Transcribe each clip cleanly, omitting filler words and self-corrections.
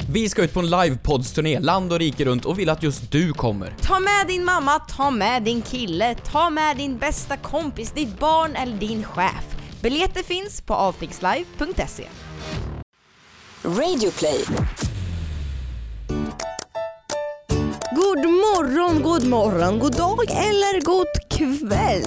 Vi ska ut på en livepodsturné, land och rike runt, och vill att just du kommer. Ta med din mamma, ta med din kille, ta med din bästa kompis, ditt barn eller din chef. Biljetter finns på allthingslive.se. Radio Play. God morgon, god dag eller god kväll.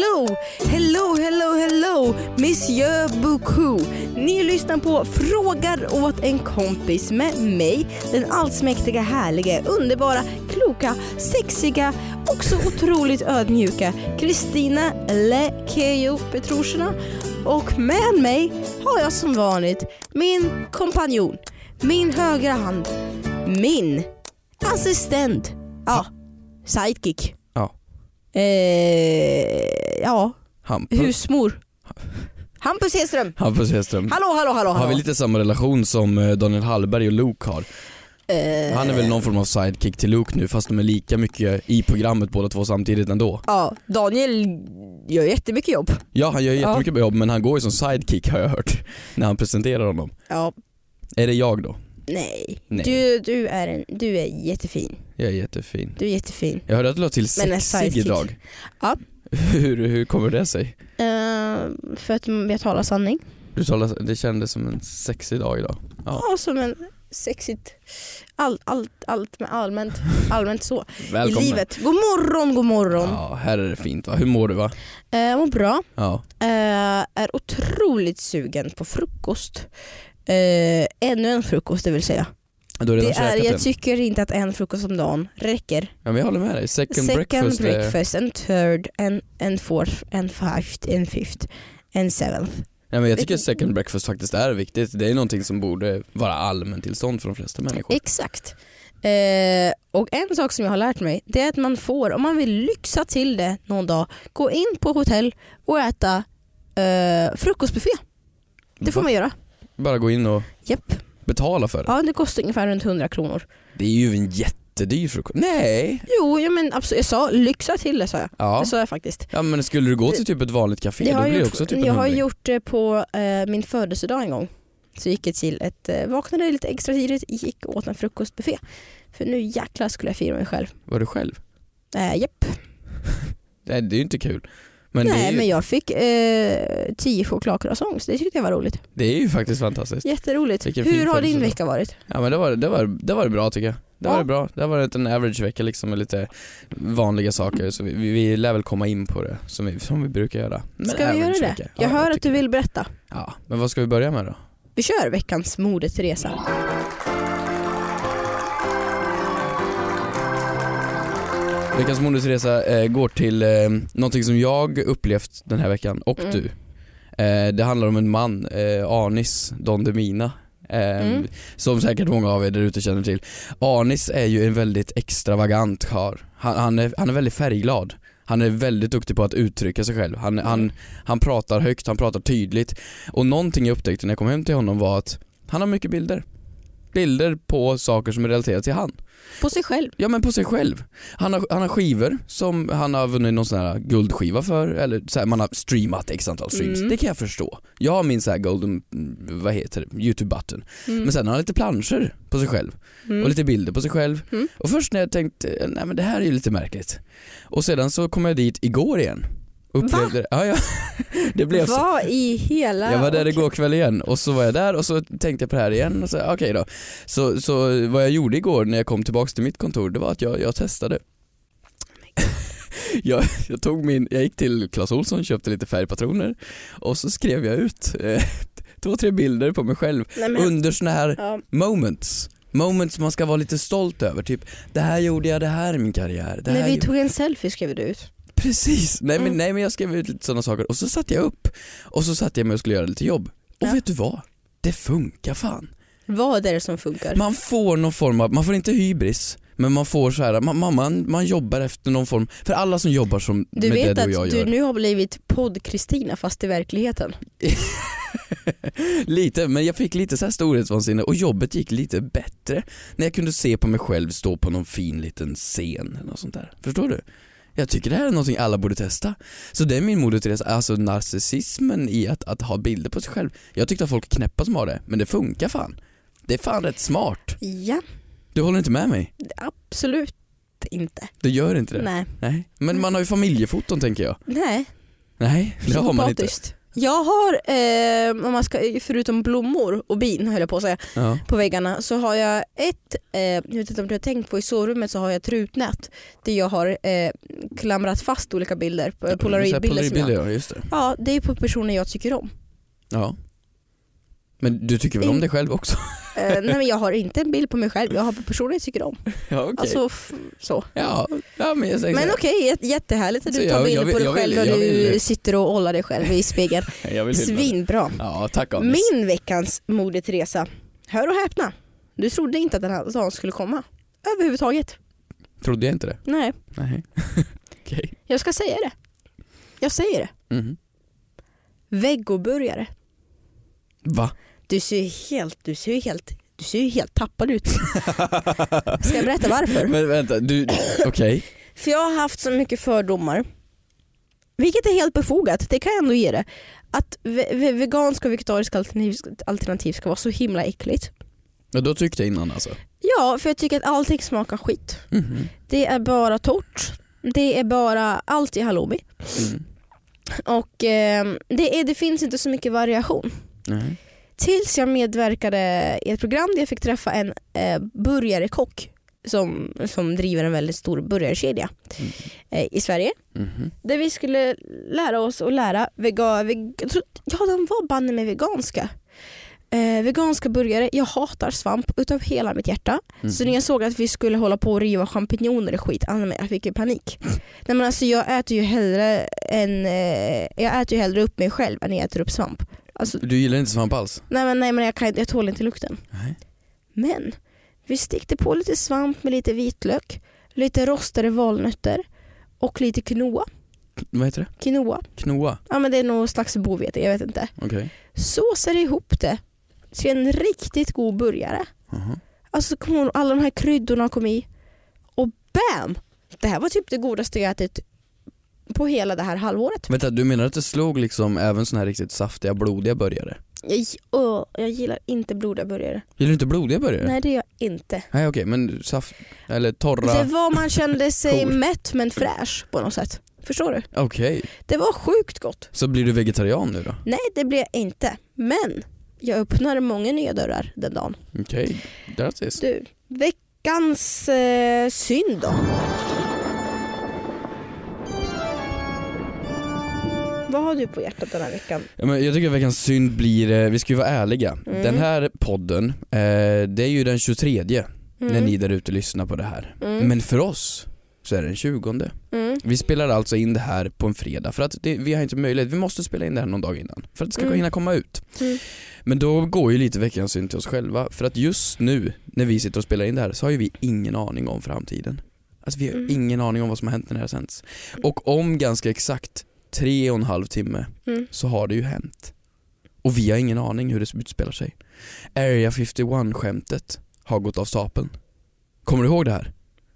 Hello, Monsieur beaucoup. Ni lyssnar på Frågar åt en kompis med mig, den allsmäktiga, härliga, underbara, kloka, sexiga och så otroligt ödmjuka Kristina Lekeo Petrushina. Och med mig har jag som vanligt min kompanjon, min högra hand, min assistent. Ja, sidekick. Ja. Husmor. Hampus Hedström. Hallå. Har vi lite samma relation som Daniel Hallberg och Luke har? Han är väl någon form av sidekick till Luke nu, fast de är lika mycket i programmet båda två samtidigt ändå. Ja, Daniel gör jättemycket jobb. Ja, han gör jättemycket jobb, men han går ju som sidekick, har jag hört, när han presenterar honom. Ja. Är det jag då? Nej. Du är jättefin. Jag är jättefin. Du är jättefin. Jag hörde att du la till sexig idag. Ja. Hur kommer det sig? För att jag talar sanning. Det kändes som en sexig dag idag. Ja, som en sexigt allt med allmänt så. Välkommen. I livet. God morgon. Ja, här är det fint, va? Hur mår du, va? Jag mår bra. Ja. Är otroligt sugen på frukost. Ännu en frukost, det vill säga. Jag tycker inte att en frukost om dagen räcker. Ja, men jag håller med dig. Second breakfast, and third, and fourth, and fifth, and fifth, and seventh. Ja, men jag tycker second breakfast faktiskt är viktigt. Det är någonting som borde vara allmänt tillstånd för de flesta människor. Exakt. Och en sak som jag har lärt mig, det är att man får, om man vill lyxa till det någon dag, gå in på hotell och äta frukostbuffé. Det får man göra. Bara gå in och betala för det. Ja, det kostar ungefär runt 100 kronor. Det är ju en jättedyr frukost. Nej. Jo, men absolut. Jag sa lyxa till det, sa jag. Ja. Det sa jag faktiskt. Ja, men skulle du gå till typ ett vanligt café, då blir det också typ en 100. Jag har gjort det på min födelsedag en gång. Så gick jag till vaknade lite extra tidigt, gick och åt en frukostbuffé. För nu jäklar skulle jag fira mig själv. Var du själv? Japp. Det är ju inte kul. Men jag fick 10 chokladcroissants. Det tyckte jag var roligt. Det är ju faktiskt fantastiskt. Jätteroligt. Hur har din vecka varit? Ja, men det var bra, tycker jag. Det var bra. Det har varit en average vecka liksom, med lite vanliga saker. Så vi lär väl komma in på det som vi brukar göra. Ska vi göra det? Vecka. Jag hör att du vill berätta. Ja, men vad ska vi börja med då? Vi kör veckans modesresa. Veckans modesresa går till någonting som jag upplevt den här veckan och du. Det handlar om en man, Anis Don Demina, som säkert många av er där ute känner till. Anis är ju en väldigt extravagant karl. Han är väldigt färgglad. Han är väldigt duktig på att uttrycka sig själv. Han pratar högt, han pratar tydligt. Och någonting jag upptäckte när jag kom hem till honom var att han har mycket bilder. Bilder på saker som är relaterade till han. På sig själv? Ja, men på sig själv. Han har skivor som han har vunnit någon sån här guldskiva för. Eller så här, man har streamat x antal streams. Det kan jag förstå. Jag har min så här golden, YouTube-button. Men sen har han lite planscher på sig själv. Och lite bilder på sig själv. Och först när jag tänkte, nej men det här är ju lite märkligt. Och sedan så kom jag dit igår igen. Upplevde det. Ja. Det blev så. Vad i hela... Jag var där igår kväll igen och så var jag där och så tänkte jag på det här igen och så okej då. Så vad jag gjorde igår när jag kom tillbaks till mitt kontor, det var att jag testade. Jag gick till Clas Ohlson, köpte lite färgpatroner och så skrev jag ut 2-3 bilder på mig själv under såna här moments man ska vara lite stolt över, typ det här gjorde jag, det här är min karriär. När vi tog en selfie skrev du ut. Precis, nej men jag skrev ut lite sådana saker och så satte jag upp och så satte jag mig och skulle göra lite jobb. Och vet du vad? Det funkar fan. Vad är det som funkar? Man får någon form av, man får inte hybris, men man får så här, man jobbar efter någon form, för alla som jobbar som du med vet det du och jag att gör. Du nu har blivit podd-Kristina fast i verkligheten. Lite, men jag fick lite så här storhetsvansinne och jobbet gick lite bättre när jag kunde se på mig själv stå på någon fin liten scen och sånt där. Förstår du? Jag tycker det här är någonting alla borde testa. Så det är min modesresa, alltså narcissismen i att ha bilder på sig själv. Jag tyckte att folk är knäppa som har det, men det funkar fan. Det är fan rätt smart. Ja. Du håller inte med mig? Absolut inte. Du gör inte det? Nej. Men man har ju familjefoton tänker jag. Nej, det har man inte. Jag har, om man ska, förutom blommor och bin höll jag på att säga, på väggarna, så har jag jag vet inte om du har tänkt på, i sovrummet så har jag ett rutnät där jag har klamrat fast olika bilder, polaroidbilder. Ja, just det. Ja, det är på personer jag tycker om. Ja. Men du tycker väl om dig själv också? Nej, men jag har inte en bild på mig själv, jag har på personer jag tycker om. Ja, okay. Alltså så. Ja, men jag säger men okej, jättehärligt att du tar bilder på dig själv och du sitter och håller dig själv i spegeln. Svinbra. Ja, tack Anis. Min veckans Moder Teresa. Hör och häpna. Du trodde inte att den här dagen skulle komma. Överhuvudtaget. Trodde jag inte det? Nej. Okay. Jag ska säga det. Jag säger det. Vegoburgare. Va? Du ser ju helt tappad ut. Ska jag berätta varför? Men vänta, okej. För jag har haft så mycket fördomar. Vilket är helt befogat, det kan jag ändå ge det. Att veganska och vegetariska alternativ ska vara så himla äckligt. Ja, då tyckte jag innan alltså. Ja, för jag tycker att allting smakar skit. Det är bara torrt. Det är bara allt i halloumi. Och det finns inte så mycket variation. Tills jag medverkade i ett program där jag fick träffa en burgarekock som driver en väldigt stor burgarkedja i Sverige. Där vi skulle lära oss att lära de var banne med veganska. Veganska burgare. Jag hatar svamp utav hela mitt hjärta. Så när jag såg att vi skulle hålla på och riva champinjoner och skit, jag fick ju panik. Nej, men alltså, jag äter ju hellre upp mig själv än jag äter upp svamp. Alltså, du gillar inte svamp alls? Nej men jag tål inte lukten. Nej. Men vi stickte på lite svamp med lite vitlök, lite rostade valnötter och lite quinoa. Vad heter det? Quinoa? Ja, men det är nog slags bovete, jag vet inte. Okej. Såsar ihop det till en riktigt god burgare. Alltså alla de här kryddorna kom i och bam! Det här var typ det godaste jag ätit på hela det här halvåret. Vänta, du menar att det slog liksom även såna här riktigt saftiga, blodiga burgare? Jag gillar inte blodiga burgare. Gillar du inte blodiga burgare? Nej, det gör jag inte. Nej, okej, men eller torra. Det var, man kände sig mätt men fräsch på något sätt. Förstår du? Okej. Det var sjukt gott. Så blir du vegetarian nu då? Nej, det blir jag inte. Men jag öppnade många nya dörrar den dagen. Okej, that's it. Du, veckans synd då. Vad har du på hjärtat den här veckan? Ja, men jag tycker att veckans synd blir, vi ska ju vara ärliga. Den här podden, det är ju den 23 när ni där ute lyssnar på det här. Men för oss så är det den 20. Vi spelar alltså in det här på en fredag för att vi har inte möjlighet. Vi måste spela in det här någon dag innan för att det ska hinna komma ut. Men då går ju lite veckans synd till oss själva. För att just nu när vi sitter och spelar in det här så har ju vi ingen aning om framtiden. Alltså vi har ingen aning om vad som har hänt när det här sänds. Och om ganska exakt 3,5 timme så har det ju hänt. Och vi har ingen aning hur det utspelar sig. Area 51-skämtet har gått av stapeln. Kommer du ihåg det här?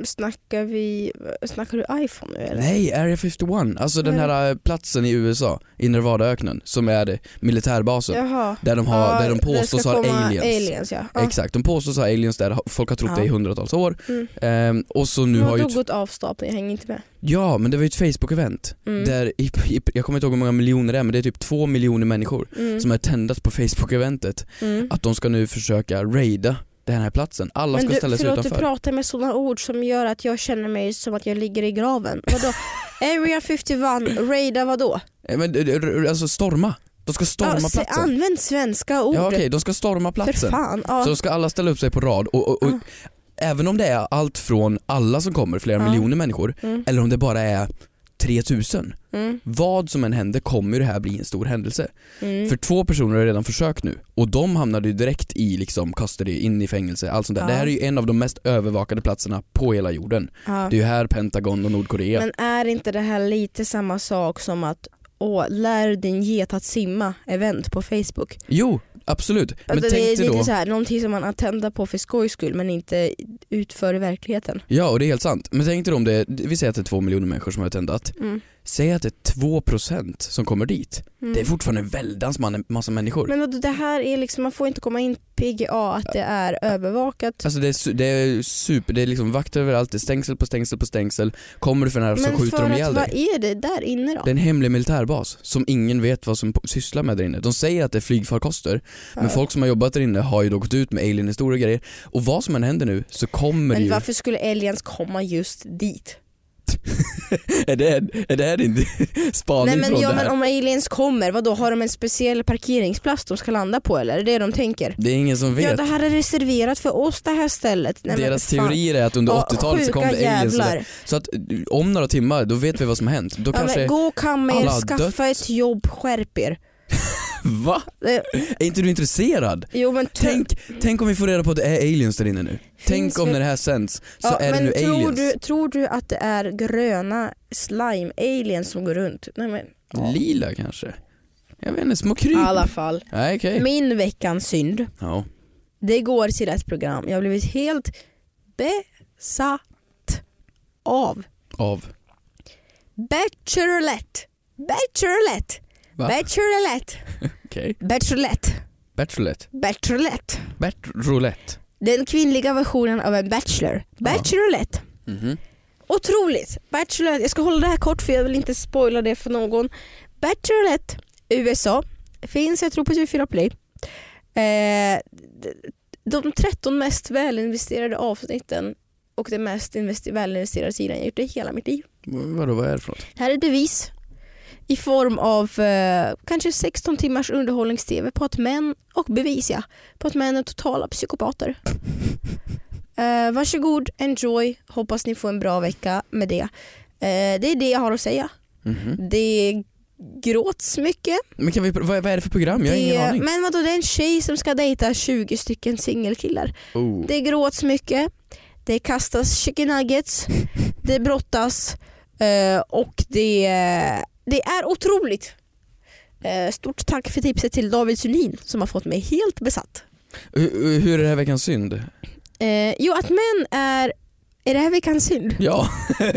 Snackar du iPhone nu eller? Nej, Area 51. Alltså den här platsen i USA, i Nevadaöknen, som är det, militärbasen. Jaha. Där de påstås ha aliens. Ja. Exakt, de påstås ha aliens där folk har trott det i hundratals år. Och så nu har ju gått av stapeln, jag hänger inte med. Ja, men det var ju ett Facebook-event där jag kommer inte ihåg hur många miljoner det är, men det är typ 2 miljoner människor som har tändat på Facebook-eventet att de ska nu försöka raida den här platsen. Alla ska ställa sig utanför. Du pratar med sådana ord som gör att jag känner mig som att jag ligger i graven. Vadå? Area 51, raida vadå? Men, alltså storma. De ska storma platsen. Använd svenska ord. Ja, okej, de ska storma platsen. För fan, ja. Så ska alla ställa upp sig på rad och även om det är allt från alla som kommer, flera miljoner människor, eller om det bara är 3000. Vad som än händer kommer det här bli en stor händelse. För 2 personer har redan försökt nu och de hamnade ju direkt i liksom custody, in i fängelse, allt sånt där. Det här är ju en av de mest övervakade platserna på hela jorden. Det är ju här Pentagon och Nordkorea. Men är inte det här lite samma sak som att lär din get att simma event på Facebook? Jo, absolut. Men det är lite då så här, någonting som man antänder på för skojs skull men inte utför i verkligheten. Ja, och det är helt sant. Men tänk dig om vi säger att det är 2 miljoner människor som har tändat. säg att det är 2% som kommer dit. Det är fortfarande en väldans massa människor. Men det här är liksom, man får inte komma in PGA att det är övervakat. Alltså det är liksom vakter överallt, det är stängsel på stängsel på stängsel. Kommer du för den här så skjuter de ihjäl dig. Vad är det där inne då? Det är en hemlig militärbas som ingen vet vad som sysslar med där inne. De säger att det är flygfarkoster, men folk som har jobbat där inne har ju då gått ut med alien-historier och grejer. Och vad som än händer nu så kommer det ju... Men varför skulle aliens komma just dit? är det här din spaning? Nej, men om aliens kommer, vad då har de en speciell parkeringsplats de ska landa på, eller är det de tänker? Det är ingen som vet. Ja, det här är reserverat för oss, det här stället. Nej, deras teorier är att under 80-talet så kom det aliens där. Så att om några timmar då vet vi vad som har hänt. Då kanske gå och kamma er, skaffa dött. ett jobb, skärp er. Va? Är inte du intresserad? Jo, men tänk om vi får reda på att det är aliens där inne nu. Tänk om när det här sänds så är det nu aliens. Tror du att det är gröna slime aliens som går runt? Nej, men, lila kanske. Jag vet inte, små kryp. I alla fall. Nej, okay. Min veckans synd. Ja. Det går till ett program. Jag har blivit helt besatt av Bachelorette. Okej. Bachelorette. Den kvinnliga versionen av en bachelor. Bachelorette. Otroligt. Bachelorette. Jag ska hålla det här kort för jag vill inte spoila det för någon. Bachelorette USA finns, jag tror, på 24 Play. De 13 mest välinvesterade avsnitten och den mest välinvesterade sidan jag gjort i hela mitt liv. Vad är det för något? Här är ett bevis i form av kanske 16 timmars underhållnings-tv på att män, och bevis på att män är totala psykopater. Varsågod, enjoy, hoppas ni får en bra vecka med det. Det är det jag har att säga. Det gråts mycket. Men vad är det för program? Jag har ingen aning. Men vadå, det är en tjej som ska dejta 20 stycken singelkillar. Det gråts mycket. Det kastas chicken nuggets. Det brottas. Och det är otroligt. Stort tack för tipset till David Sundin som har fått mig helt besatt. Hur är det här veckans synd? Jo, att män är det här veckans synd? Ja.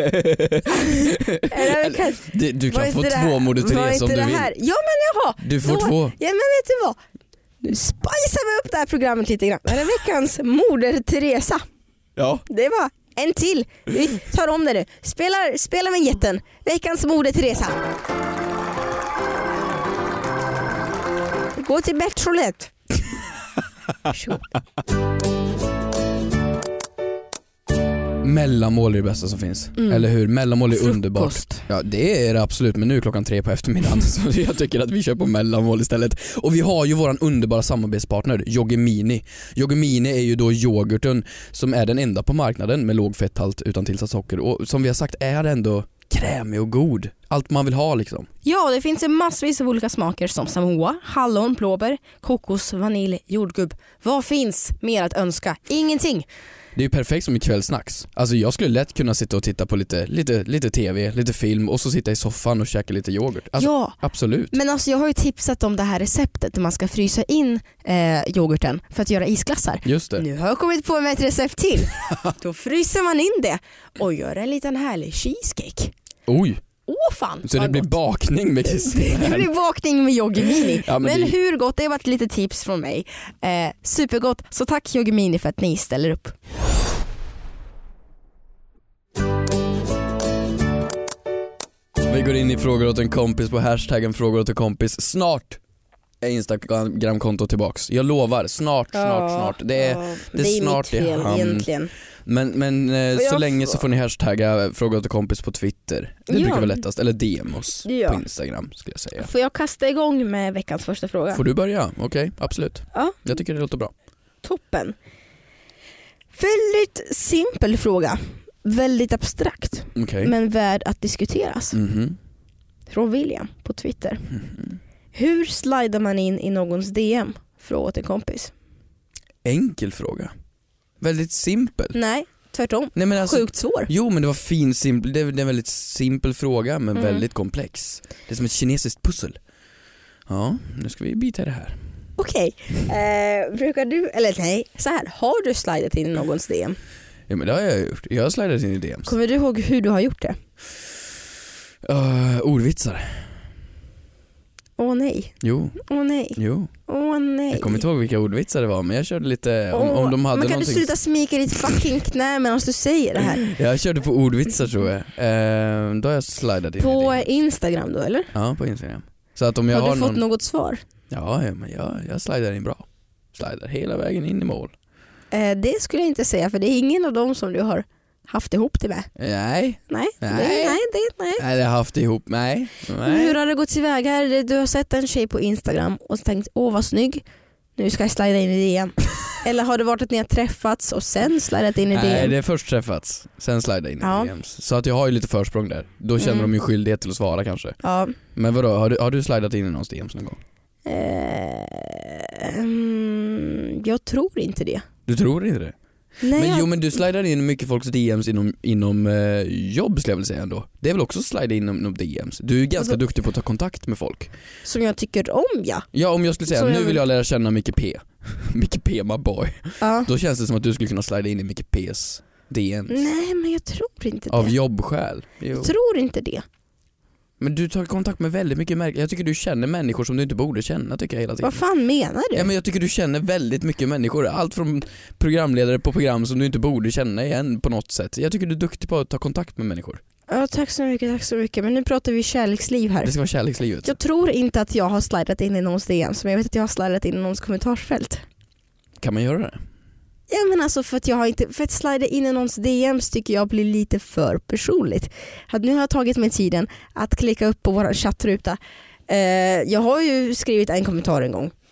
Du kan få 2 Moder Teresa om du vill. Ja, men jaha. Du får 2. Ja, men vet du vad? Nu spicar vi upp det här programmet lite grann. Det är veckans Moder Teresa. Ja. Det var en till. Vi tar om det nu. Spela med jätten. Veckans Moder Teresa. Gå till Bachelorette. Mellanmål är det bästa som finns. Eller hur? Mellanmål är frukost. Underbart. Ja, det är det absolut. Men nu är klockan 3 på eftermiddagen så jag tycker att vi kör på mellanmål istället. Och vi har ju våran underbara samarbetspartner Yogimini. Yogimini är ju då yoghurten som är den enda på marknaden med låg fetthalt utan tillsatt socker. Och som vi har sagt är ändå krämig och god. Allt man vill ha liksom. Ja, det finns en massvis av olika smaker som samoa, hallon, blåbär, kokos, vanilj, jordgubb. Vad finns mer att önska? Ingenting. Det är ju perfekt som i kvällsnacks. Alltså jag skulle lätt kunna sitta och titta på lite tv, lite film och så sitta i soffan och käka lite yoghurt. Alltså, ja, absolut. Men alltså jag har ju tipsat om det här receptet där man ska frysa in yoghurten för att göra isglassar. Just det. Nu har jag kommit på med ett recept till. Då fryser man in det och gör en liten härlig cheesecake. Oj. Fan, så det blir bakning med det blir bakning med Yogimini. Ja, men hur gott, det har varit lite tips från mig. Supergott, så tack Yogimini för att ni ställer upp. Vi går in i frågor åt en kompis på hashtaggen frågor åt en kompis. Snart är Instagramkonto tillbaks. Jag lovar, snart. Det är snart mitt fel egentligen. Men så länge så får ni hashtagga fråga åt en kompis på Twitter. Det brukar vara lättast. Eller DM oss på Instagram skulle jag säga. Får jag kasta igång med veckans första fråga? Får du börja? Okej, absolut. Ja. Jag tycker det låter bra. Toppen. Väldigt simpel fråga. Väldigt abstrakt. Men värd att diskuteras. Från William på Twitter. Hur slidar man in i någons DM? Fråga åt en kompis. Enkel fråga. Väldigt simpel. Nej, tvärtom. Nej, men alltså, sjukt svår. Jo, men det var simpel. Det är en väldigt simpel fråga men väldigt komplex. Det är som ett kinesiskt pussel. Ja, nu ska vi bita i det här. Okej. Brukar du, eller nej, så här. Har du slidat in i någons DM? Ja, men det har jag gjort. Jag har slidat in i DMs. Kommer du ihåg hur du har gjort det? Ordvitsar. Åh nej. Jo. Åh nej. Jo. Åh nej. Jag kommer inte ihåg vilka ordvitsar det var, men jag körde lite om de hade men kan någonting... du sluta smika ditt fucking knä medan du säger det här? Jag körde på ordvitsar tror jag. Då har jag slidat in På i det. Instagram då eller? Ja, på Instagram. Så att om jag har du fått någon... något svar? Ja, men jag slidar in bra. Slidar hela vägen in i mål. Det skulle jag inte säga, för det är ingen av dem som du har haft ihop det med. Nej. Nej. Det har jag haft ihop. Nej. Hur har det gått tillväga? Du har sett en tjej på Instagram och tänkt, åh vad snygg, nu ska jag slida in i DM. Eller har det varit att ni har träffats och sen slidat in i DM? Nej, det är först träffats, sen slida in i DMs. Så att jag har ju lite försprång där. Då känner de ju skyldighet till att svara kanske. Ja. Men vadå, har du slidat in i någons DMs någon gång? Jag tror inte det. Du tror inte det? Nej, men du slidar in mycket folks DMs inom jobb skulle jag väl säga ändå. Det är väl också slida in inom DMs. Du är ganska duktig på att ta kontakt med folk. Som jag tycker om, ja. Ja, om jag skulle säga, nu vill jag lära känna Micke P. Micke P, my boy. Ja. Då känns det som att du skulle kunna slida in i Micke P's DMs. Nej, men jag tror inte det. Av jobbskäl. Jag tror inte det. Men du tar kontakt med väldigt mycket människor. Jag tycker du känner människor som du inte borde känna, tycker jag hela tiden. Vad fan menar du? Ja, men jag tycker du känner väldigt mycket människor. Allt från programledare på program som du inte borde känna igen på något sätt. Jag tycker du är duktig på att ta kontakt med människor. Ja, tack så mycket. Men nu pratar vi kärleksliv här. Det ska vara kärlekslivet. Jag tror inte att jag har slidat in i någons DM, som jag vet att jag har slidat in i någons kommentarsfält. Kan man göra det? Ja, men alltså för att slida in i någons DMs tycker jag blir lite för personligt. Att nu har jag tagit mig tiden att klicka upp på vår chattruta. Jag har ju skrivit en kommentar en gång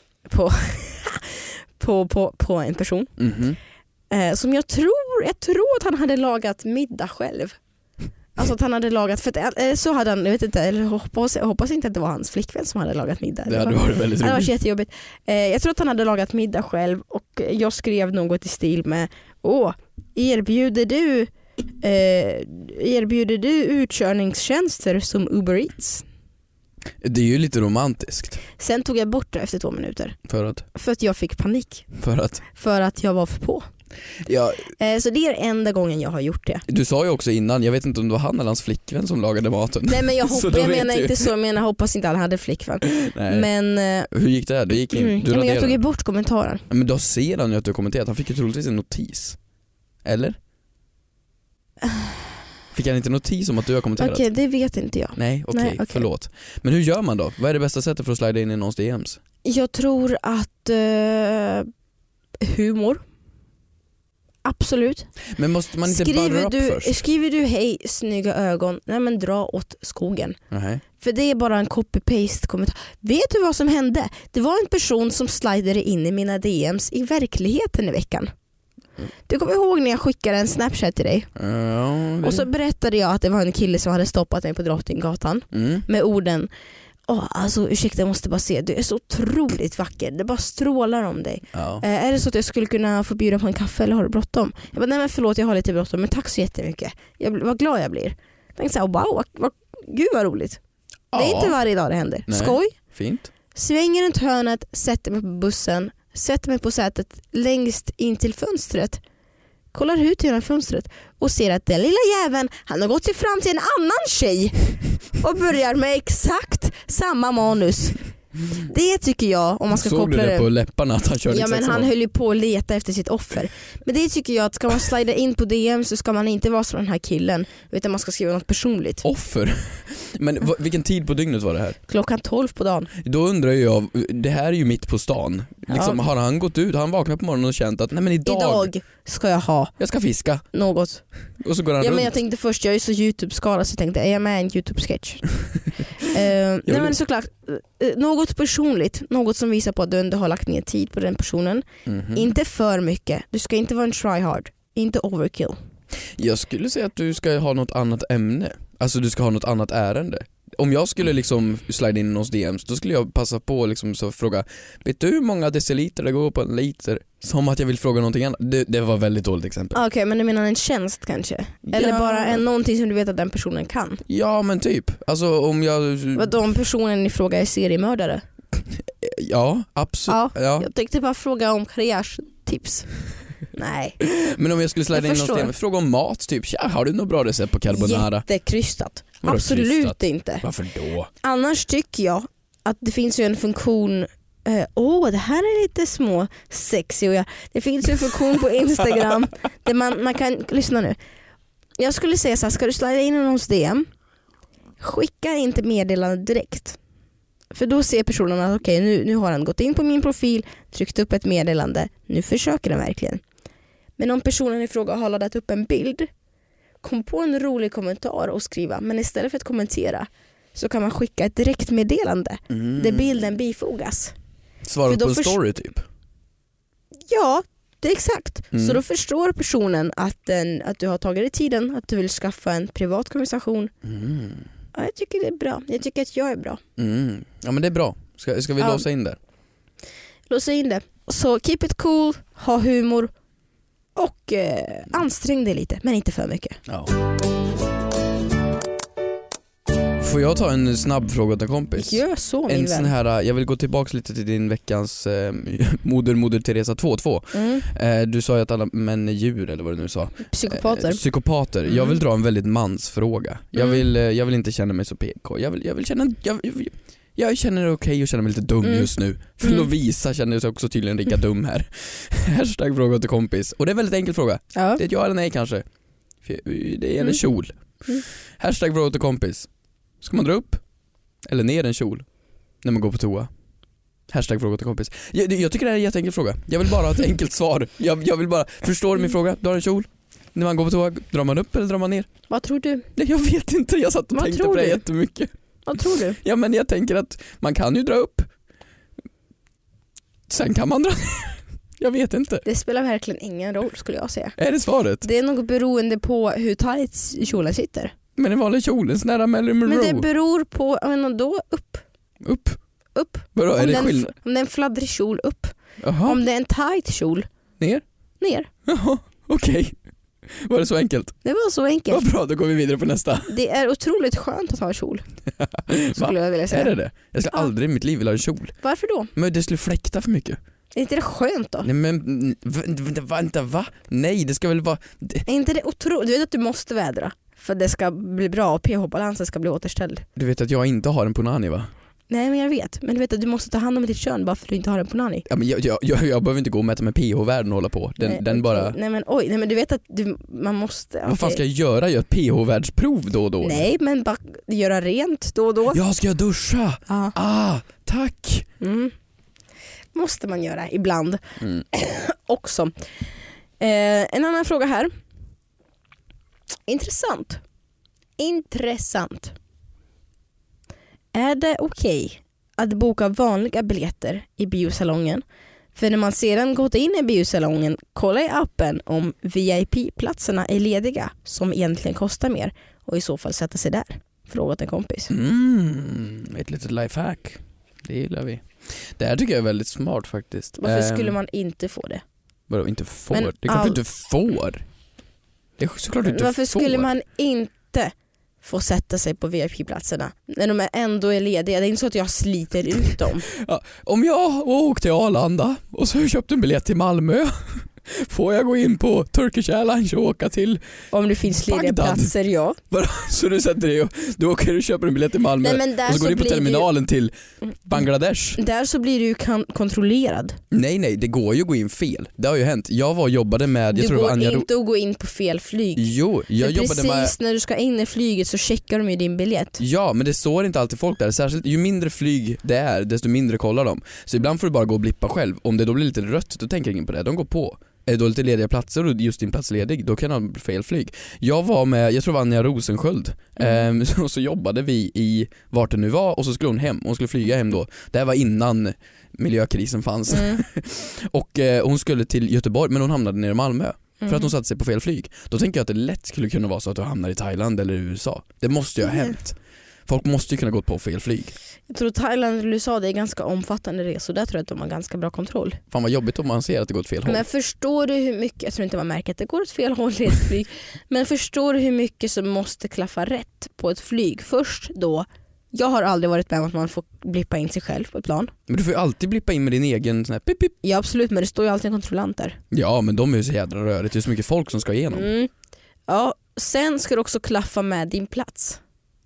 på en person. Som jag tror att han hade lagat middag själv. Alltså att han hade lagat, för så hade han, jag vet inte, eller hoppas inte att det var hans flickvän som hade lagat middag. Det hade varit väldigt roligt. Det var jättejobbigt. Jag tror att han hade lagat middag själv och jag skrev något i stil med, erbjuder du utkörningstjänster som Uber Eats? Det är ju lite romantiskt. Sen tog jag bort det efter 2 minuter. För att jag fick panik. För att jag var för på. Ja. Så det är enda gången jag har gjort det. Du sa ju också innan, jag vet inte om det var han eller hans flickvän som lagade maten. Nej, men jag menar inte så, jag hoppas inte han hade flickvän. Nej. Men hur gick det här? Du gick in, men jag tog ju bort kommentaren. Men då ser han ju att du har kommenterat. Han fick ju troligtvis en notis. Eller? Fick han inte notis om att du har kommenterat? Okej, det vet inte jag. Nej, okej. Förlåt. Men hur gör man då? Vad är det bästa sättet för att slida in i någons DMs? Jag tror att humor. Absolut. Men måste man inte bara upp först? Skriver du hej, snygga ögon, nej men dra åt skogen. För det är bara en copy-paste kommentar. Vet du vad som hände? Det var en person som slidade in i mina DMs i verkligheten i veckan. Du kommer ihåg när jag skickade en Snapchat till dig? Och så berättade jag att det var en kille som hade stoppat mig på Drottninggatan med orden: alltså ursäkta, jag måste bara se, du är så otroligt vacker, det bara strålar om dig. Är det så att jag skulle kunna få bjuda på en kaffe eller har du bråttom? Jag bara, nej men förlåt, jag har lite bråttom, men tack så jättemycket. Vad glad jag blir. Jag tänkte såhär, wow, gud vad roligt. Det är inte varje dag det händer. Nej. Skoj. Fint. Svänger runt hörnet, sätter mig på bussen, sätter mig på sätet längst in till fönstret, kollar ut genom fönstret och ser att den lilla jäveln, han har gått sig fram till en annan tjej och börjar med exakt samma manus. Det tycker jag, om man ska koppla det. Såg du det på läpparna att han körde? Ja, men han höll ju på att leta efter sitt offer. Men det tycker jag, att ska man slida in på DM så ska man inte vara som den här killen, utan man ska skriva något personligt. Offer? Men vilken tid på dygnet var det här? 12:00 på dagen. Då undrar jag, det här är ju mitt på stan. Liksom, har han gått ut, har han vaknat på morgonen och känt att nej men idag ska jag ska fiska något. Och så går han runt. Men jag tänkte först, jag är så YouTube-skadad, så jag tänkte, är jag med i en YouTube-sketch? Nej men såklart, något personligt, något som visar på att du ändå har lagt ner tid på den personen. Inte för mycket, du ska inte vara en tryhard, inte overkill. Jag skulle säga att du ska ha något annat ämne. Alltså du ska ha något annat ärende. Om jag skulle liksom slide in hos DMs, då skulle jag passa på liksom så fråga, vet du hur många deciliter det går på en liter? Som att jag vill fråga någonting annat. Det var ett väldigt dåligt exempel. Okej, men du menar en tjänst kanske? Eller bara någonting som du vet att den personen kan? Ja, men typ. Alltså om jag... Vadå, om personen i fråga är seriemördare? Ja, absolut. Ja. Jag tänkte bara fråga om karriärstips. Nej. Men om jag skulle slida in någonstans, fråga om mat typ. Ja, har du något bra recept på carbonara? Jättekrystat. Vadå Absolut krystat? inte. Varför då? Annars tycker jag att det finns ju en funktion. Det här är lite små sexy. Och det finns ju en funktion på Instagram där man kan, lyssna nu. Jag skulle säga så här, ska du slida in i någons DM, skicka inte meddelande direkt. För då ser personen att okej, nu har han gått in på min profil, tryckt upp ett meddelande, nu försöker den verkligen. Men om personen i fråga har laddat upp en bild, kom på en rolig kommentar och skriva, men istället för att kommentera så kan man skicka ett direktmeddelande där bilden bifogas. Svarar på en story typ? Ja, det är exakt. Så då förstår personen att du har tagit dig tiden, att du vill skaffa en privat konversation. Ja, jag tycker det är bra. Jag tycker att jag är bra. Ja, men det är bra. Ska vi låsa in det? Låsa in det. Så keep it cool, ha humor och ansträng dig lite, men inte för mycket. Ja. Får jag ta en snabb fråga till en kompis? Gör så, min en vän. sån här, jag vill gå tillbaka lite till din veckans moder Teresa 2.2. Du sa ju att alla män är djur, eller vad du nu sa. Psykopater. Jag vill dra en väldigt mansfråga. Jag vill inte känna mig så PK. Jag känner det okej och känner mig lite dum just nu. För Lovisa känner sig också tydligen lika dum här. Hashtag fråga till kompis. Och det är en väldigt enkel fråga. Ja. Det är ett ja eller nej kanske. Det är en kjol. Hashtag fråga till kompis. Ska man dra upp eller ner en kjol när man går på toa? Hashtag fråga till kompis. Jag tycker det här är en jätteenkel fråga. Jag vill bara ha ett enkelt svar. Jag vill bara, förstår du min fråga? Du har en kjol. När man går på toa, drar man upp eller drar man ner? Vad tror du? Jag vet inte, jag satt och tänkte på det jättemycket. Vad tror du? Ja, men jag tänker att man kan ju dra upp. Sen kan man dra ner. Jag vet inte. Det spelar verkligen ingen roll, skulle jag säga. Är det svaret? Det är nog beroende på hur tajt kjolen sitter. Men en vanlig kjol, en sån här Marilyn Monroe. Men det beror på, då upp. Upp. Vadå, är det om det är en fladdrig kjol, upp. Aha. Om det är en tajt kjol, ner. Jaha, okej. Var det så enkelt? Det var så enkelt. Vad bra, då går vi vidare på nästa. Det är otroligt skönt att ha kjol. Skulle jag vilja säga. Är det? Jag ska aldrig i mitt liv vilja ha en kjol. Varför då? Men det skulle fläkta för mycket. Är inte det skönt då? Nej, men vänta, va? Nej, det ska väl vara... Är inte det otroligt? Du vet att du måste vädra för att det ska bli bra och pH-balansen ska bli återställd. Du vet att jag inte har en punani, va? Nej, men jag vet. Men du vet att du måste ta hand om ditt kön bara för att du inte har en punani. Ja, men jag behöver inte gå och mäta med pH-värden och hålla på. Den bara... Nej men du vet att man måste... Vad fan ska jag göra? Gör ett pH-värdsprov då och då? Nej, men bara göra rent då och då. Ja, ska jag duscha? Tack! Måste man göra ibland. Också. En annan fråga här. Intressant. Är det okej att boka vanliga biljetter i biosalongen? För när man sedan gått in i biosalongen, kolla i appen om VIP-platserna är lediga som egentligen kostar mer och i så fall sätta sig där. Frågat en kompis. Ett litet lifehack. Det gillar vi. Det här tycker jag är väldigt smart faktiskt. Varför skulle man inte få det? Vadå inte får? Det är klart du inte får. Det är såklart du inte Varför får. skulle man inte få sätta sig på VIP-platserna när de ändå är lediga? Det är inte så att jag sliter ut dem. Ja, om jag åkte till Arlanda och så köpte en biljett till Malmö, får jag gå in på Turkish Airlines och åka till om det finns lediga platser, ja. Så du sätter dig och du åker och köper en biljett till Malmö. Nej, och så går du in på terminalen till Bangladesh. Där så blir du ju kontrollerad. Nej, det går ju att gå in fel. Det har ju hänt. Jag var och jobbade med... Du går inte att gå in på fel flyg. Jo, jag jobbade med... Precis när du ska in i flyget så checkar de ju din biljett. Ja, men det står inte alltid folk där. Särskilt ju mindre flyg det är, desto mindre kollar de. Så ibland får du bara gå och blippa själv. Om det då blir lite rött, då tänker ingen på det. De går på. Är det då lite lediga platser och just din plats ledig, då kan de fel flyg. Jag var med, jag tror det var Anja Rosensköld. Och så jobbade vi i vart det nu var och så skulle hon hem. Hon skulle flyga hem då. Det här var innan miljökrisen fanns. Och hon skulle till Göteborg, men hon hamnade nere i Malmö. För att hon satte sig på fel flyg. Då tänker jag att det lätt skulle kunna vara så att du hamnar i Thailand eller USA. Det måste ju ha hänt. Folk måste ju kunna gå på fel flyg. Jag tror Thailand eller USA, det är ganska omfattande resor. Där tror jag att de har ganska bra kontroll. Fan vad jobbigt om man ser att det går åt fel håll. Men förstår du hur mycket, jag tror inte man märker att det går åt fel håll i ett flyg. Men förstår du hur mycket som måste klaffa rätt på ett flyg? Först då, jag har aldrig varit med om att man får blippa in sig själv på ett plan. Men du får ju alltid blippa in med din egen sån här pip pip. Ja absolut, men det står ju alltid en kontrollant där. Ja, men de är ju så jädra rörigt. Det är så mycket folk som ska igenom. Ja, sen ska du också klaffa med din plats.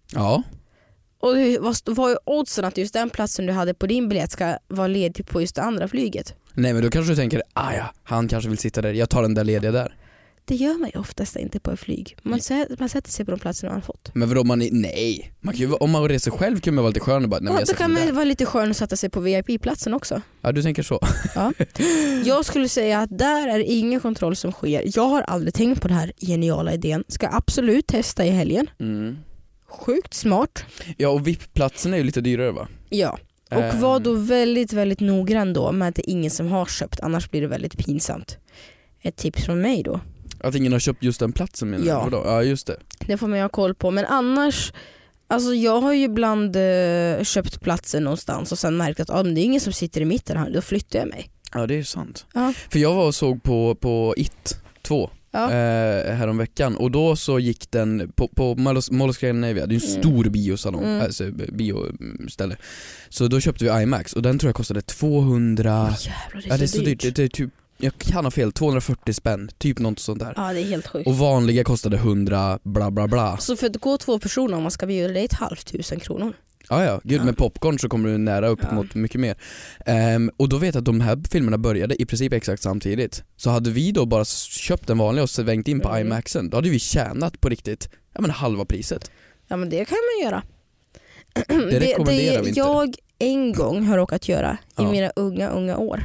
Ja. Och vad var ju oddsen att just den platsen du hade på din biljett ska vara ledig på just det andra flyget? Nej, men då kanske du tänker, han kanske vill sitta där, jag tar den där lediga där. Det gör man ju oftast inte på ett flyg. Man sätter sig på de platserna man har fått. Men vadå, nej. Man kan ju, om man reser själv kan man vara lite skön och bara, nej, men då kan man vara lite skön och sätta sig på VIP-platsen också. Ja, du tänker så. Ja. Jag skulle säga att där är ingen kontroll som sker. Jag har aldrig tänkt på den här geniala idén. Ska absolut testa i helgen. Sjukt smart. Ja, och VIP-platsen är ju lite dyrare, va? Ja. Och var då väldigt, väldigt noggrann då med att det är ingen som har köpt. Annars blir det väldigt pinsamt. Ett tips från mig då. Att ingen har köpt just den platsen, menar ja. du? Ja, just det. Det får man ju ha koll på. Men annars, alltså jag har ju ibland köpt platsen någonstans och sen märkt att det är ingen som sitter i mitten här. Då flyttar jag mig. Ja, det är sant. Ja. För jag var och såg på It 2 härom veckan, och då så gick den på Mall of Scandinavia. Det är en stor biosalong, alltså bioställe. Så då köpte vi IMAX och den tror jag kostade 200. Jävlar, det är så dyrt. Det är typ, jag kan ha fel, 240 spänn, typ något sånt där. Ja, det är helt sjukt. Och vanliga kostade 100 bla bla bla. Så för att gå 2 personer om man ska bjuda det är 500 kronor. Ja, gud, med popcorn så kommer du nära upp mot mycket mer. Och då vet jag att de här filmerna började i princip exakt samtidigt. Så hade vi då bara köpt den vanliga och svängt in på IMAXen, då hade vi tjänat på riktigt halva priset. Ja, men det kan man göra. Det rekommenderar vi inte. Jag en gång har råkat göra i mina unga år.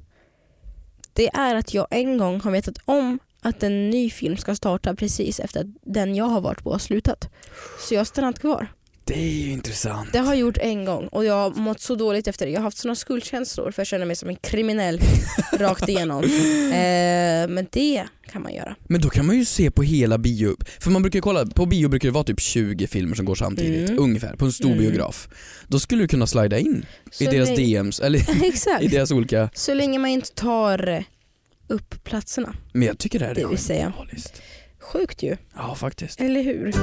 Det är att jag en gång har vetat om att en ny film ska starta precis efter att den jag har varit på har slutat. Så jag har stannat kvar. Det är ju intressant. Det har jag gjort en gång och jag har mått så dåligt efter det. Jag har haft såna skuldkänslor för jag känner mig som en kriminell rakt igenom. Men det kan man göra. Men då kan man ju se på hela bio. För man brukar kolla, på bio brukar det vara typ 20 filmer som går samtidigt. Ungefär, på en stor biograf. Då skulle du kunna slida in i deras DMs eller exakt. i deras olika. Så länge man inte tar upp platserna. Men jag tycker det här är vill säga. Sjukt ju. Ja, faktiskt. Eller hur?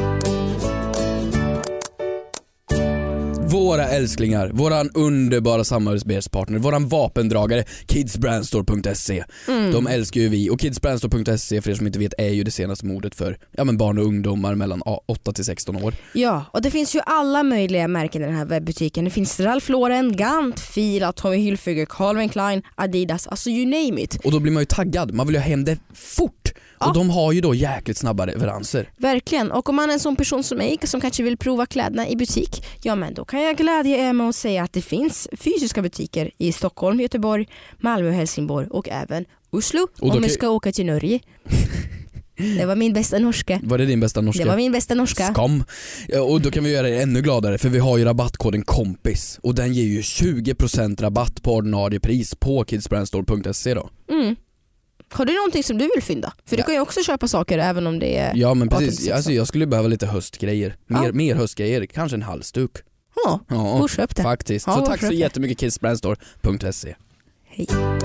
Våra älsklingar, våran underbara samarbetspartner, våran vapendragare kidsbrandstore.se. De älskar ju vi, och kidsbrandstore.se, för er som inte vet, är ju det senaste modet för barn och ungdomar mellan 8 till 16 år. Ja, och det finns ju alla möjliga märken i den här webbutiken. Det finns Ralph Lauren, Gant, Fila, Tommy Hilfiger, Calvin Klein, Adidas, alltså you name it. Och då blir man ju taggad, man vill ju ha hem det fort. Och de har ju då jäkligt snabba leveranser. Verkligen, och om man är en sån person som mig som kanske vill prova kläderna i butik, ja men då kan jag glädja er med att säga att det finns fysiska butiker i Stockholm, Göteborg, Malmö, Helsingborg och även Oslo. Och om vi ska åka till Norge. Det var min bästa norska. Var det din bästa norska? Det var min bästa norska. Skam. Och då kan vi göra det ännu gladare, för vi har ju rabattkoden KOMPIS. Och den ger ju 20% rabatt på ordinarie pris på kidsbrandstore.se då. Har du någonting som du vill fynda? För du kan ju också köpa saker även om det är... Ja, men precis. Alltså, jag skulle behöva lite höstgrejer. Mer höstgrejer. Kanske en halsduk. Ja, och köp det. Faktiskt. Så tack så jättemycket kidsbrandstore.se. Hej.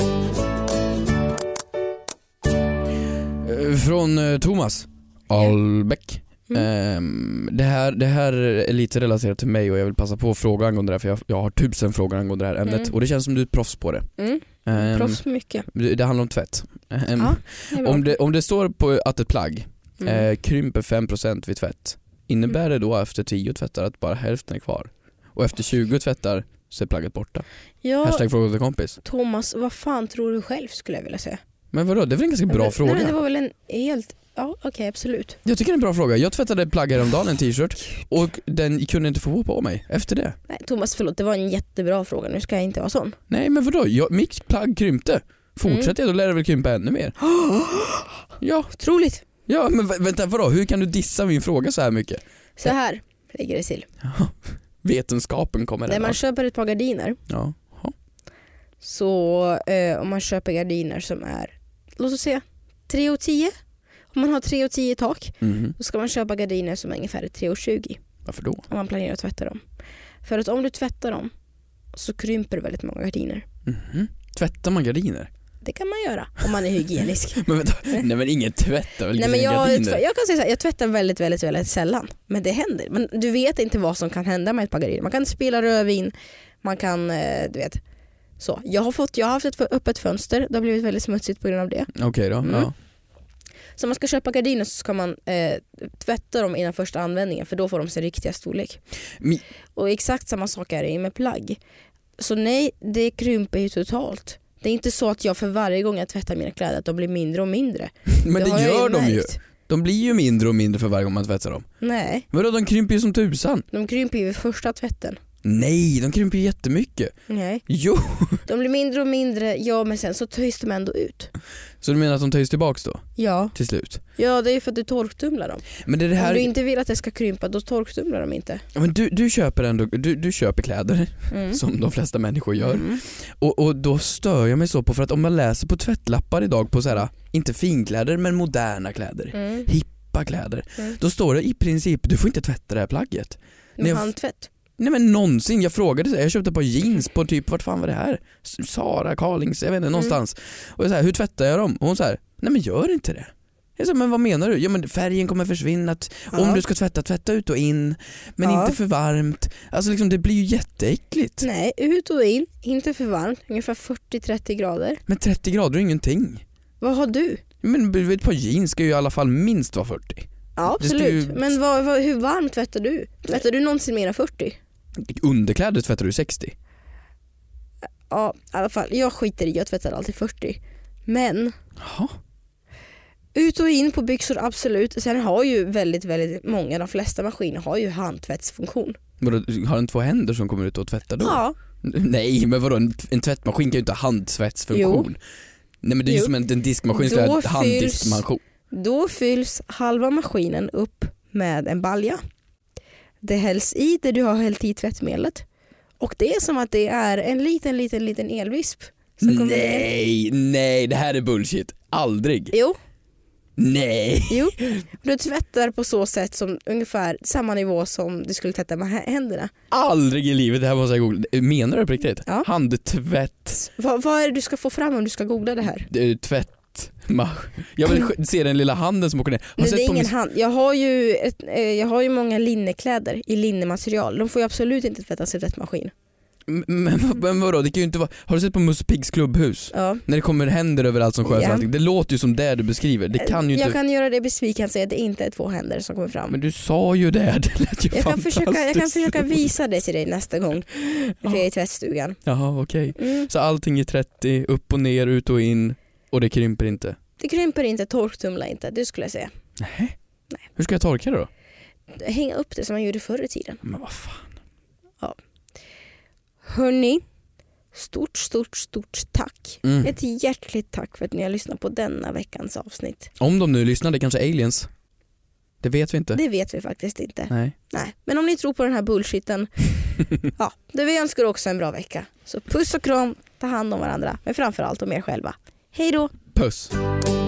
Från Thomas Albeck. Det här är lite relaterat till mig och jag vill passa på att fråga angående det här, för jag har 1000 frågor angående det här ämnet och det känns som du är proffs på det. Proffs mycket. Det handlar om tvätt. Om det står på att ett plagg krymper 5% vid tvätt, innebär det då efter 10 tvättar att bara hälften är kvar? Och efter 20 tvättar så är plagget borta? Ja, fråga till kompis. Thomas, vad fan tror du själv, skulle jag vilja säga? Men vadå, det är väl en ganska bra fråga? Nej, det var väl en helt... Ja, okej, absolut. Jag tycker det är en bra fråga. Jag tvättade plagg häromdagen, en t-shirt, och den kunde inte få på mig efter det. Nej, Thomas, förlåt, det var en jättebra fråga. Nu ska jag inte vara sån. Nej, men vadå? Mitt plagg krympte. Fortsätter jag, då lär det väl krympa ännu mer. Ja, otroligt. Ja, men vänta, vadå? Hur kan du dissa min fråga så här mycket? Så här lägger det till. Vetenskapen kommer när man köper ett par gardiner. Ja. Så om man köper gardiner som är, låt oss säga 3,10. Om man har 3,10 tak, då ska man köpa gardiner som är ungefär 3,20. Varför då? Om man planerar att tvätta dem. För att om du tvättar dem så krymper väldigt många gardiner. Tvättar man gardiner? Det kan man göra om man är hygienisk. Men vänta, nej, men ingen tvättar väl gardiner? Jag kan säga så här, jag tvättar väldigt, väldigt, väldigt sällan. Men det händer. Men du vet inte vad som kan hända med ett par gardiner. Man kan spela rödvin, man kan, du vet. Så, jag har haft ett öppet fönster. Det har blivit väldigt smutsigt på grund av det. Okej då, ja. Så om man ska köpa gardiner så ska man tvätta dem innan första användningen, för då får de sin riktiga storlek. Och exakt samma sak är det med plagg. Så nej, det krymper ju totalt. Det är inte så att jag för varje gång jag tvättar mina kläder att de blir mindre och mindre. Men det gör de ju. De blir ju mindre och mindre för varje gång man tvättar dem. Nej. Vadå, de krymper ju som tusan. De krymper ju vid första tvätten. Nej, de krymper ju jättemycket. Nej. Jo. De blir mindre och mindre, ja, men sen så töjs de ändå ut. Så du menar att de töjs tillbaks då? Ja. Till slut? Ja, det är för att du torktumlar dem. Men det här... Om du inte vill att det ska krympa, då torktumlar de inte. Men du köper ändå, du köper kläder som de flesta människor gör. Och då stör jag mig så på, för att om man läser på tvättlappar idag på så här, inte finkläder men moderna kläder, hippa kläder, då står det i princip, du får inte tvätta det här plagget. Med handtvätt? Nej men någonsin, jag frågade, jag köpte ett par jeans på typ, vart fan var det här? Sara, Carlings, jag vet inte, någonstans. Och jag sa, hur tvättar jag dem? Och hon sa, nej men gör inte det. Jag sa, men vad menar du? Ja men färgen kommer försvinna, om du ska tvätta ut och in, men inte för varmt. Alltså liksom, det blir ju jätteäckligt. Nej, ut och in, inte för varmt, ungefär 40-30 grader. Men 30 grader är ingenting. Vad har du? Men ett par jeans ska ju i alla fall minst vara 40. Ja, absolut. Men hur varmt tvättar du? Tvättar du någonsin mer än 40? Underkläder tvättar du 60. Ja, i alla fall. Jag skiter i, jag tvättar alltid 40. Men Jaha. Ut och in på byxor, absolut. Sen har ju väldigt, väldigt många, de flesta maskiner har ju handtvättsfunktion. Vadå, har den 2 händer som kommer ut och tvättar då? Ja. Nej, men vadå, en tvättmaskin kan ju inte ha handtvättsfunktion. Nej, men det är ju som en diskmaskin ska ha handdiskmaskin. Då fylls halva maskinen upp med en balja. Det hälls i där du har hällt i tvättmedlet. Och det är som att det är en liten elvisp. Nej, det här är bullshit. Aldrig. Jo. Nej. Jo, du tvättar på så sätt som ungefär samma nivå som du skulle tvätta med händerna. Aldrig i livet, det här måste jag googla. Menar du på riktigt? Ja. Handtvätt. Vad är det du ska få fram om du ska googla det här? Det är tvätt. Jag vill se den lilla handen som åker ner. Nej, det är ingen hand. Jag har ju många linnekläder i linnematerial. De får ju absolut inte tvättas i tvättmaskin. Men vadå, det kan ju inte vara. Har du sett på Musse Piggs klubbhus? Ja. När det kommer händer överallt som sköts allting. Det låter ju som det du beskriver. Det kan ju inte... Jag kan göra det besviken, säga att det inte är 2 händer som kommer fram. Men du sa ju det lät ju jag kan försöka visa det till dig nästa gång vi är i tvättstugan. Jaha, okej. Så allting är 30, upp och ner, ut och in, och det krymper inte? Det krymper inte, torktumlar inte, det skulle jag säga. Nej. Hur ska jag torka det då? Hänga upp det som man gjorde förr i tiden. Men vad fan. Ja. Hörni, stort tack. Ett hjärtligt tack för att ni har lyssnat på denna veckans avsnitt. Om de nu lyssnar, det kanske är aliens. Det vet vi inte. Det vet vi faktiskt inte. Nej. Men om ni tror på den här bullshitten, ja, det vi önskar också en bra vecka. Så puss och kram, ta hand om varandra, men framförallt om er själva. Hej då! Puss!